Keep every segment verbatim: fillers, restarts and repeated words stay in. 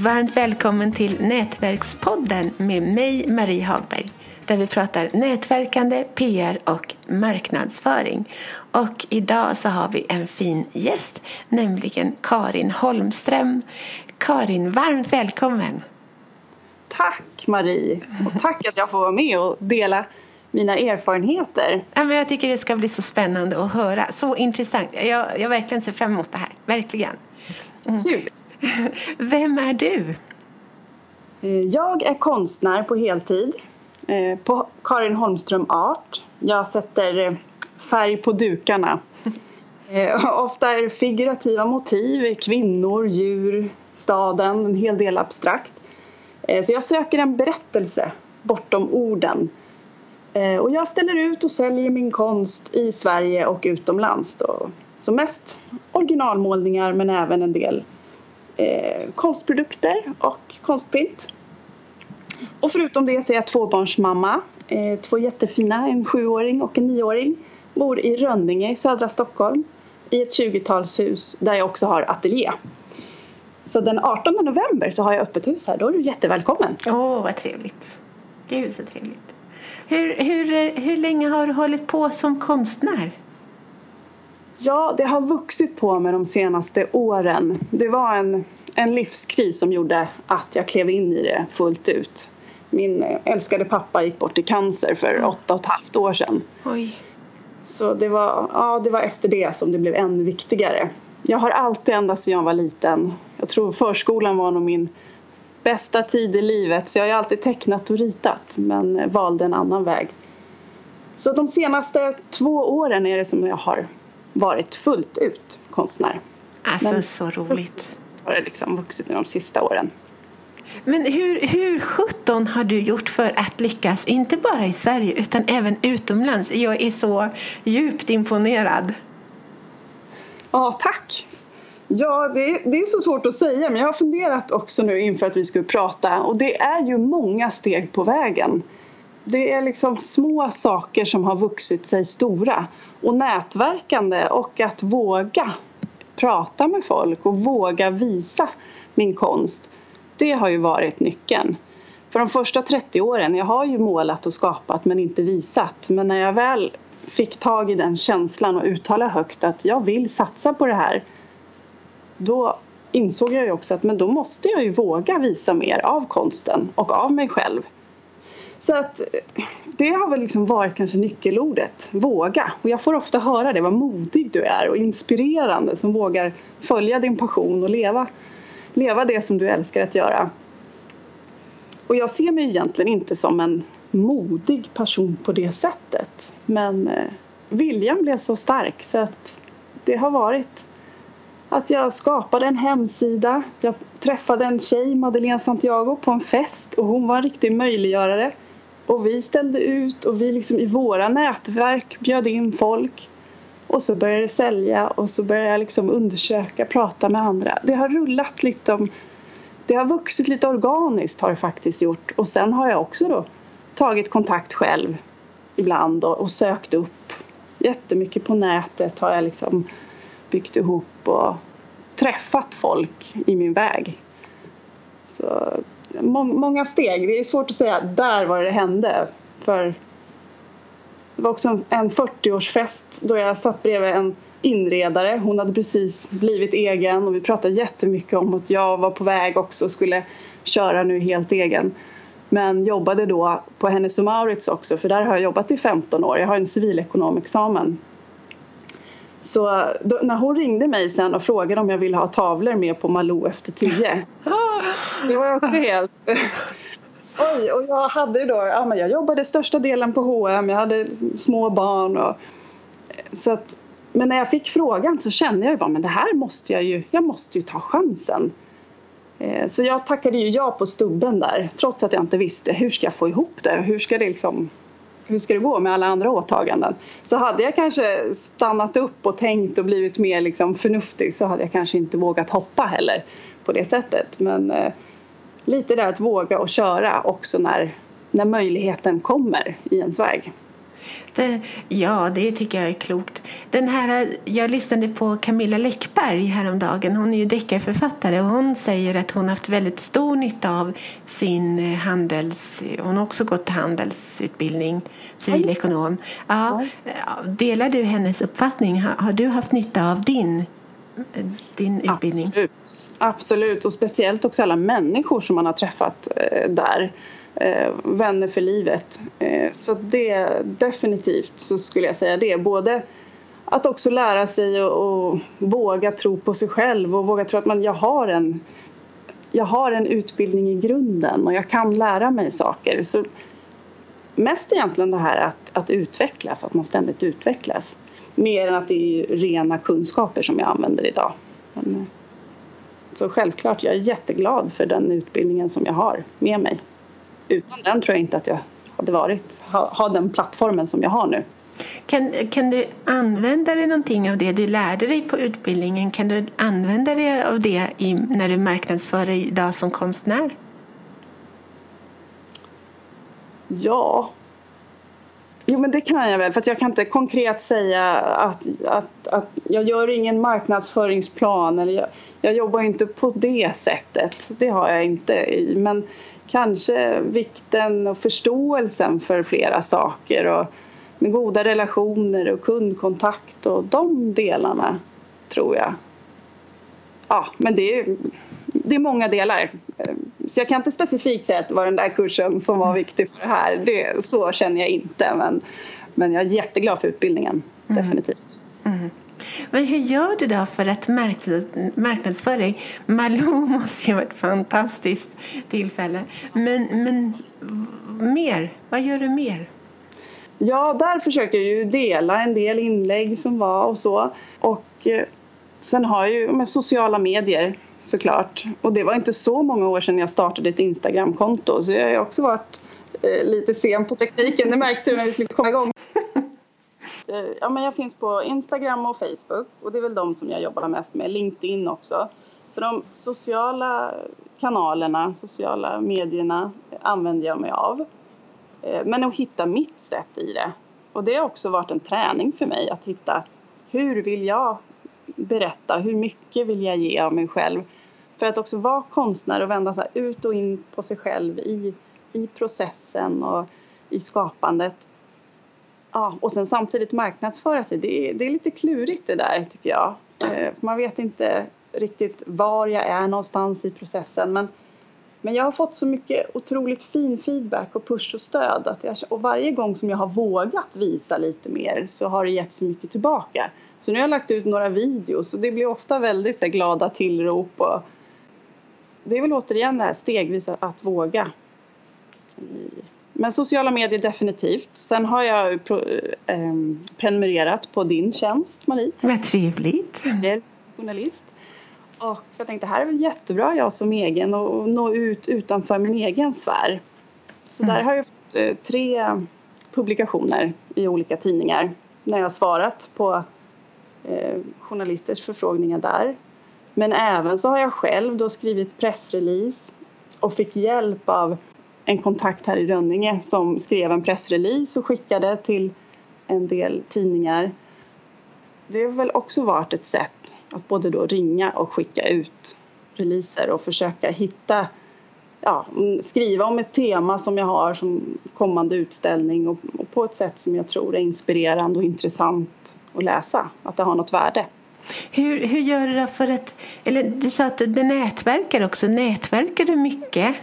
Varmt välkommen till Nätverkspodden med mig, Marie Hagberg, där vi pratar nätverkande, P R och marknadsföring. Och idag så har vi en fin gäst, nämligen Karin Holmström. Karin, varmt välkommen! Tack Marie, och tack att jag får vara med och dela mina erfarenheter. Ja, men jag tycker det ska bli så spännande att höra, så intressant. Jag, jag verkligen ser fram emot det här, verkligen. Mm. Kul! Vem är du? Jag är konstnär på heltid på Karin Holmström Art. Jag sätter färg på dukarna. Ofta är det figurativa motiv, kvinnor, djur, staden, en hel del abstrakt. Så jag söker en berättelse bortom orden. Och jag ställer ut och säljer min konst i Sverige och utomlands då. Så mest originalmålningar, men även en del eh, konstprodukter och konstprint. Och förutom det så är jag tvåbarnsmamma. Eh, två jättefina, en sjuåring och en nioåring. Bor i Rönninge i södra Stockholm. I ett tjugotalshus där jag också har ateljé. Så den artonde november så har jag öppet hus här. Då är du jättevälkommen. Åh, oh, vad trevligt. Gud så trevligt. Hur, hur, hur länge har du hållit på som konstnär? Ja, det har vuxit på mig de senaste åren. Det var en, en livskris som gjorde att jag klev in i det fullt ut. Min älskade pappa gick bort i cancer för mm. åtta och ett halvt år sedan. Oj. Så det var, ja, det var efter det som det blev ännu viktigare. Jag har alltid, ända sedan jag var liten, jag tror förskolan var nog min bästa tid i livet. Så jag har alltid tecknat och ritat, men valde en annan väg. Så de senaste två åren är det som jag har varit fullt ut konstnär. Alltså men så roligt. Har det liksom vuxit de sista åren. Men hur, hur sjutton har du gjort för att lyckas, inte bara i Sverige utan även utomlands? Jag är så djupt imponerad. Ja, tack. Ja, det är, det är så svårt att säga, men jag har funderat också nu inför att vi skulle prata. Och det är ju många steg på vägen. Det är liksom små saker som har vuxit sig stora. Och nätverkande och att våga prata med folk och våga visa min konst. Det har ju varit nyckeln. För de första trettio åren, jag har ju målat och skapat men inte visat. Men när jag väl fick tag i den känslan och uttala högt att jag vill satsa på det här. Då insåg jag ju också att men då måste jag ju våga visa mer av konsten och av mig själv. Så att det har väl liksom varit kanske nyckelordet, våga. Och jag får ofta höra det, vad modig du är och inspirerande som vågar följa din passion och leva, leva det som du älskar att göra. Och jag ser mig egentligen inte som en modig person på det sättet. Men eh, viljan blev så stark så att det har varit att jag skapade en hemsida. Jag träffade en tjej, Madeleine Santiago, på en fest och hon var en riktig möjliggörare. Och vi ställde ut och vi liksom i våra nätverk bjöd in folk. Och så började det sälja och så började jag liksom undersöka, prata med andra. Det har rullat lite om, det har vuxit lite organiskt har det faktiskt gjort. Och sen har jag också då tagit kontakt själv ibland och, och sökt upp. Jättemycket på nätet har jag liksom byggt ihop och träffat folk i min väg. Så må- många steg. Det är svårt att säga där var det hände. För det var också en, en fyrtioårsfest då jag satt bredvid en inredare. Hon hade precis blivit egen och vi pratade jättemycket om att jag var på väg också och skulle köra nu helt egen. Men jobbade då på Hennes och Mauritz också, för där har jag jobbat i femton år. Jag har en civilekonomexamen. Så då, när hon ringde mig sen och frågade om jag ville ha tavlor med på Malou efter tio. Det var också helt... Oj, och jag hade då... Ja, men jag jobbade största delen på H och M. Jag hade små barn. Och, så att, men när jag fick frågan så kände jag ju bara, men det här måste jag ju... Jag måste ju ta chansen. Så jag tackade ju ja på stubben där. Trots att jag inte visste hur ska jag få ihop det. Hur ska det liksom... Hur ska det gå med alla andra åtaganden? Så hade jag kanske stannat upp och tänkt och blivit mer liksom förnuftig så hade jag kanske inte vågat hoppa heller på det sättet. Men eh, lite där att våga och köra också när, när möjligheten kommer i ens väg. Det, ja, det tycker jag är klokt. Den här, jag lyssnade på Camilla Läckberg häromdagen. Hon är ju deckarförfattare och hon säger att hon haft väldigt stor nytta av sin handels... Hon har också gått handelsutbildning, civilekonom. Ja, delar du hennes uppfattning? Har, har du haft nytta av din, din utbildning? Absolut. Absolut, och speciellt också alla människor som man har träffat eh, där. Eh, vänner för livet. Eh, så det definitivt så skulle jag säga det. Både att också lära sig och, och våga tro på sig själv och våga tro att man, jag, har en, jag har en utbildning i grunden och jag kan lära mig saker. Så mest egentligen det här att, att utvecklas, att man ständigt utvecklas. Mer än att det är rena kunskaper som jag använder idag. Men, så självklart, jag är jätteglad för den utbildningen som jag har med mig. Utan den tror jag inte att jag hade varit, ha, ha den plattformen som jag har nu. Kan, kan du använda dig någonting av det du lärde dig på utbildningen? Kan du använda dig av det i, när du marknadsför dig idag som konstnär? Ja. Jo, men det kan jag väl. För att jag kan inte konkret säga att, att, att jag gör ingen marknadsföringsplan. Eller jag, jag jobbar inte på det sättet. Det har jag inte i. Men kanske vikten och förståelsen för flera saker. Och med goda relationer och kundkontakt och de delarna tror jag. Ja, men det är, det är många delar. Så jag kan inte specifikt säga att det var den där kursen som var viktig för det här. Det, så känner jag inte. Men, men jag är jätteglad för utbildningen. Mm. Definitivt. Mm. Men hur gör du då för att marknadsföra dig? Malou måste ju vara ett fantastiskt tillfälle. Men, men mer? Vad gör du mer? Ja, där försöker jag ju dela en del inlägg som var och så. Och eh, sen har jag ju med sociala medier såklart. Och det var inte så många år sedan jag startade ett Instagram-konto. Så jag har ju också varit eh, lite sen på tekniken. Det märkte du när vi skulle komma igång. eh, ja, men jag finns på Instagram och Facebook. Och det är väl de som jag jobbar mest med. LinkedIn också. Så de sociala kanalerna, sociala medierna använder jag mig av. Eh, men att hitta mitt sätt i det. Och det har också varit en träning för mig. Att hitta hur vill jag berätta, hur mycket vill jag ge av mig själv. För att också vara konstnär och vända sig ut och in på sig själv i, i processen och i skapandet. Ja, och sen samtidigt marknadsföra sig. Det är, det är lite klurigt det där tycker jag. Man vet inte riktigt var jag är någonstans i processen. Men, men jag har fått så mycket otroligt fin feedback och push och stöd. Att jag, och varje gång som jag har vågat visa lite mer så har det gett så mycket tillbaka. Så nu har jag lagt ut några videos och det blir ofta väldigt så, glada tillrop. Och det är väl återigen det här stegvis att, att våga. Men sociala medier definitivt. Sen har jag pro, eh, prenumererat på din tjänst, Marie. Vad trevligt. Jag är journalist. Och jag tänkte, här är väl jättebra jag som egen och nå ut utanför min egen sfär. Så mm. där har jag fått eh, tre publikationer i olika tidningar när jag har svarat på eh, journalisters förfrågningar där. Men även så har jag själv då skrivit pressrelease och fick hjälp av en kontakt här i Rönninge som skrev en pressrelease och skickade till en del tidningar. Det har väl också varit ett sätt att både då ringa och skicka ut releaser och försöka hitta, ja, skriva om ett tema som jag har som kommande utställning och, och på ett sätt som jag tror är inspirerande och intressant att läsa, att det har något värde. Hur, hur gör du då för att, eller du sa att du nätverkar också, nätverkar du mycket?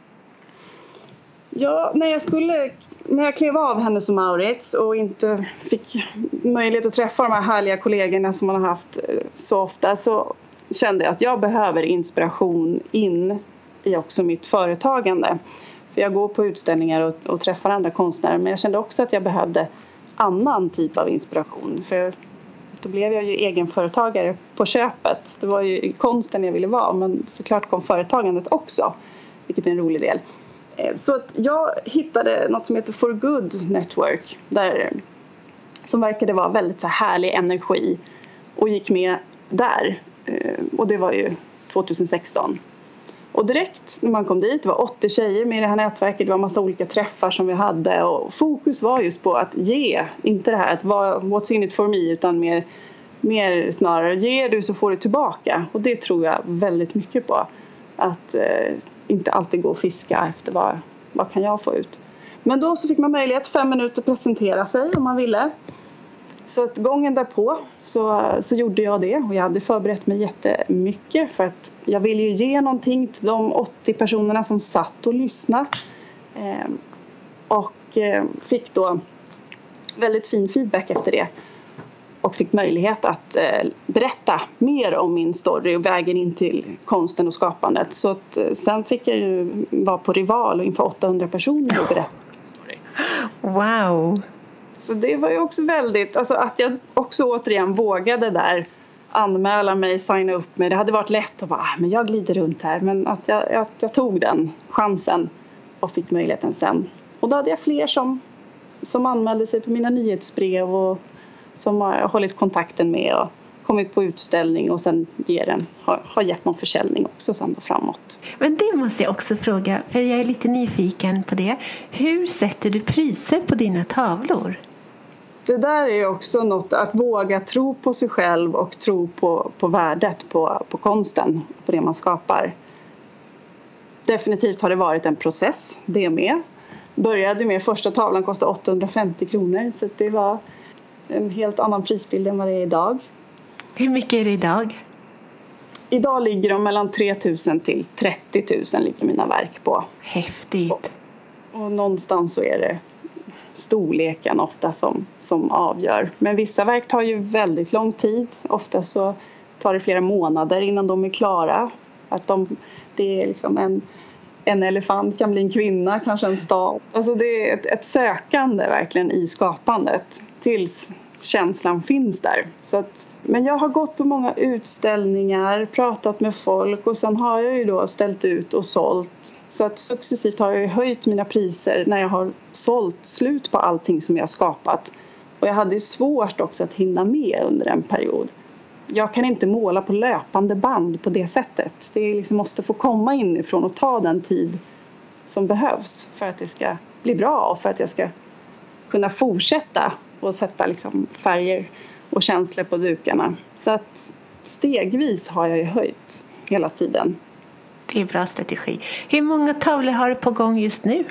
Ja, när jag skulle, när jag klev av Hennes och Mauritz och inte fick möjlighet att träffa de här härliga kollegorna som man har haft så ofta, så kände jag att jag behöver inspiration in i också mitt företagande. För jag går på utställningar och, och träffar andra konstnärer, men jag kände också att jag behövde annan typ av inspiration. För då blev jag ju egenföretagare på köpet. Det var ju konsten jag ville vara, men såklart kom företagandet också, vilket är en rolig del. Så att jag hittade något som heter For Good Network där, som verkade vara väldigt så härlig energi och gick med där. Och det var ju tjugohundrasexton. Och direkt när man kom dit, det var åttio tjejer med i det här nätverket. Det var en massa olika träffar som vi hade. Och fokus var just på att ge, inte det här att vara what's in it for me, utan mer, mer snarare ger du så får du tillbaka. Och det tror jag väldigt mycket på. Att eh, inte alltid gå och fiska efter vad, vad kan jag få ut. Men då så fick man möjlighet fem minuter presentera sig om man ville. Så att gången därpå så, så gjorde jag det. Och jag hade förberett mig jättemycket för att jag ville ju ge någonting till de åttio personerna som satt och lyssnade. Eh, och eh, fick då väldigt fin feedback efter det. Och fick möjlighet att eh, berätta mer om min story och vägen in till konsten och skapandet. Så att, eh, sen fick jag ju vara på Rival och inför åttahundra personer och berätta min story. Wow! Så det var ju också väldigt, alltså att jag också återigen vågade där anmäla mig, signa upp mig. Det hade varit lätt att bara, ah, men jag glider runt här. Men att jag, att jag tog den chansen och fick möjligheten sen. Och då hade jag fler som, som anmälde sig på mina nyhetsbrev och som har hållit kontakten med och kommit på utställning och sen ger den, har, har gett någon försäljning också sen då framåt. Men det måste jag också fråga, för jag är lite nyfiken på det. Hur sätter du priser på dina tavlor? Det där är också något, att våga tro på sig själv och tro på, på värdet på, på konsten, på det man skapar. Definitivt har det varit en process, det med. Började med första tavlan, kostade åttahundrafemtio kronor, så det var en helt annan prisbild än vad det är idag. Hur mycket är det idag? Idag ligger de mellan tre tusen till trettio tusen ligger mina verk på. Häftigt. Och, och någonstans så är det storleken ofta som, som avgör. Men vissa verk tar ju väldigt lång tid. Ofta så tar det flera månader innan de är klara. Att de, det är liksom en, en elefant kan bli en kvinna, kanske en stad. Alltså det är ett, ett sökande verkligen i skapandet tills känslan finns där. Så att, men jag har gått på många utställningar, pratat med folk och sen har jag ju då ställt ut och sålt. Så att successivt har jag höjt mina priser när jag har sålt slut på allting som jag har skapat. Och jag hade svårt också att hinna med under en period. Jag kan inte måla på löpande band på det sättet. Det liksom måste få komma inifrån och ta den tid som behövs för att det ska bli bra och för att jag ska kunna fortsätta och sätta liksom färger och känslor på dukarna. Så att stegvis har jag ju höjt hela tiden. Det är bra strategi. Hur många tavlor har du på gång just nu?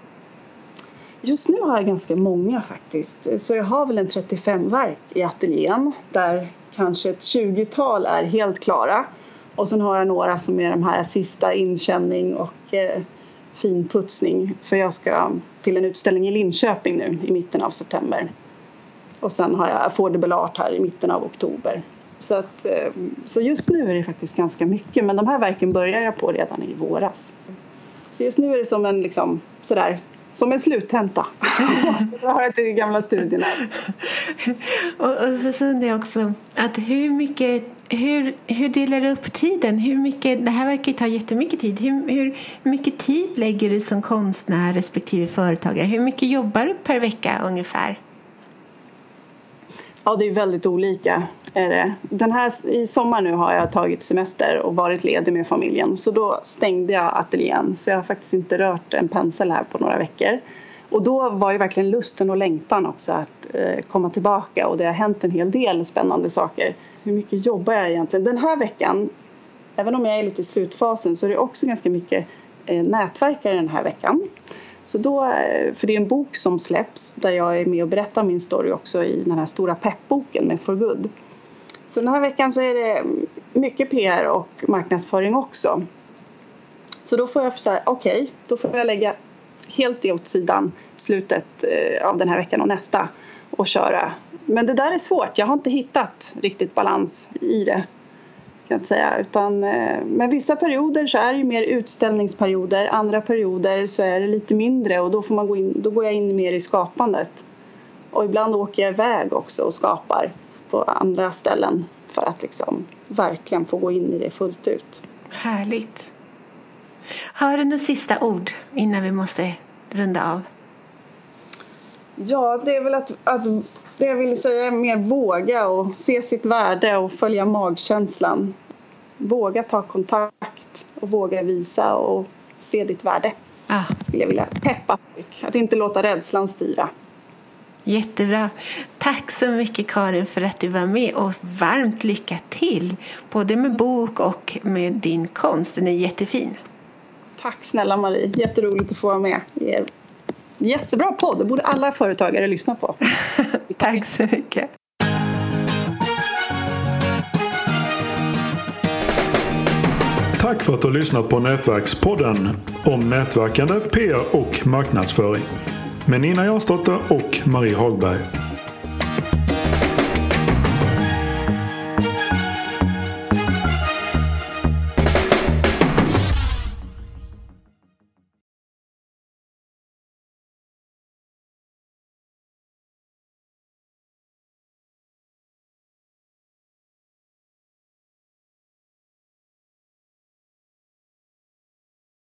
Just nu har jag ganska många faktiskt. Så jag har väl en trettiofem verk i ateljén. Där kanske ett tjugotal är helt klara. Och sen har jag några som är de här sista inkänning och eh, fin putsning. För jag ska till en utställning i Linköping nu i mitten av september. Och sen har jag affordable art här i mitten av oktober. Så, att, så just nu är det faktiskt ganska mycket. Men de här verken börjar jag på redan i våras. Så just nu är det som en, liksom, sådär, som en sluttenta. Jag har inte de gamla studierna. och, och så, så undrar jag också att hur mycket, hur, hur delar du upp tiden? Hur mycket, det här verkar ta jättemycket tid. Hur, hur mycket tid lägger du som konstnär respektive företagare? Hur mycket jobbar du per vecka ungefär? Ja, det är väldigt olika. Är det. Den här, i sommar nu har jag tagit semester och varit ledig med familjen. Så då stängde jag ateljén. Så jag har faktiskt inte rört en pensel här på några veckor. Och då var ju verkligen lusten och längtan också att eh, komma tillbaka. Och det har hänt en hel del spännande saker. Hur mycket jobbar jag egentligen? Den här veckan, även om jag är lite i slutfasen, så är det också ganska mycket eh, nätverkare den här veckan. Så då, för det är en bok som släpps där jag är med och berättar min story också i den här stora peppboken med For Good. Så den här veckan så är det mycket P R och marknadsföring också. Så då får jag säga, okej, okay, då får jag lägga helt det åt sidan slutet av den här veckan och nästa och köra. Men det där är svårt, jag har inte hittat riktigt balans i det. Kan jag säga. Utan, men vissa perioder så är det ju mer utställningsperioder. Andra perioder så är det lite mindre. Och då, får man gå in, då går jag in mer i skapandet. Och ibland åker jag iväg också och skapar på andra ställen. För att liksom verkligen få gå in i det fullt ut. Härligt. Har du några sista ord innan vi måste runda av? Ja, det är väl att... att det jag vill säga är mer våga och se sitt värde och följa magkänslan. Våga ta kontakt och våga visa och se ditt värde. Ah. Skulle jag vilja peppa att inte låta rädslan styra. Jättebra. Tack så mycket Karin för att du var med och varmt lycka till både med bok och med din konst. Den är jättefin. Tack snälla Marie, jätteroligt att få vara med. Jättebra podd, det borde alla företagare lyssna på. Tack så mycket. Tack för att du har lyssnat på Nätverkspodden om nätverkande, P R och marknadsföring med Nina Jansdotter och Marie Hagberg.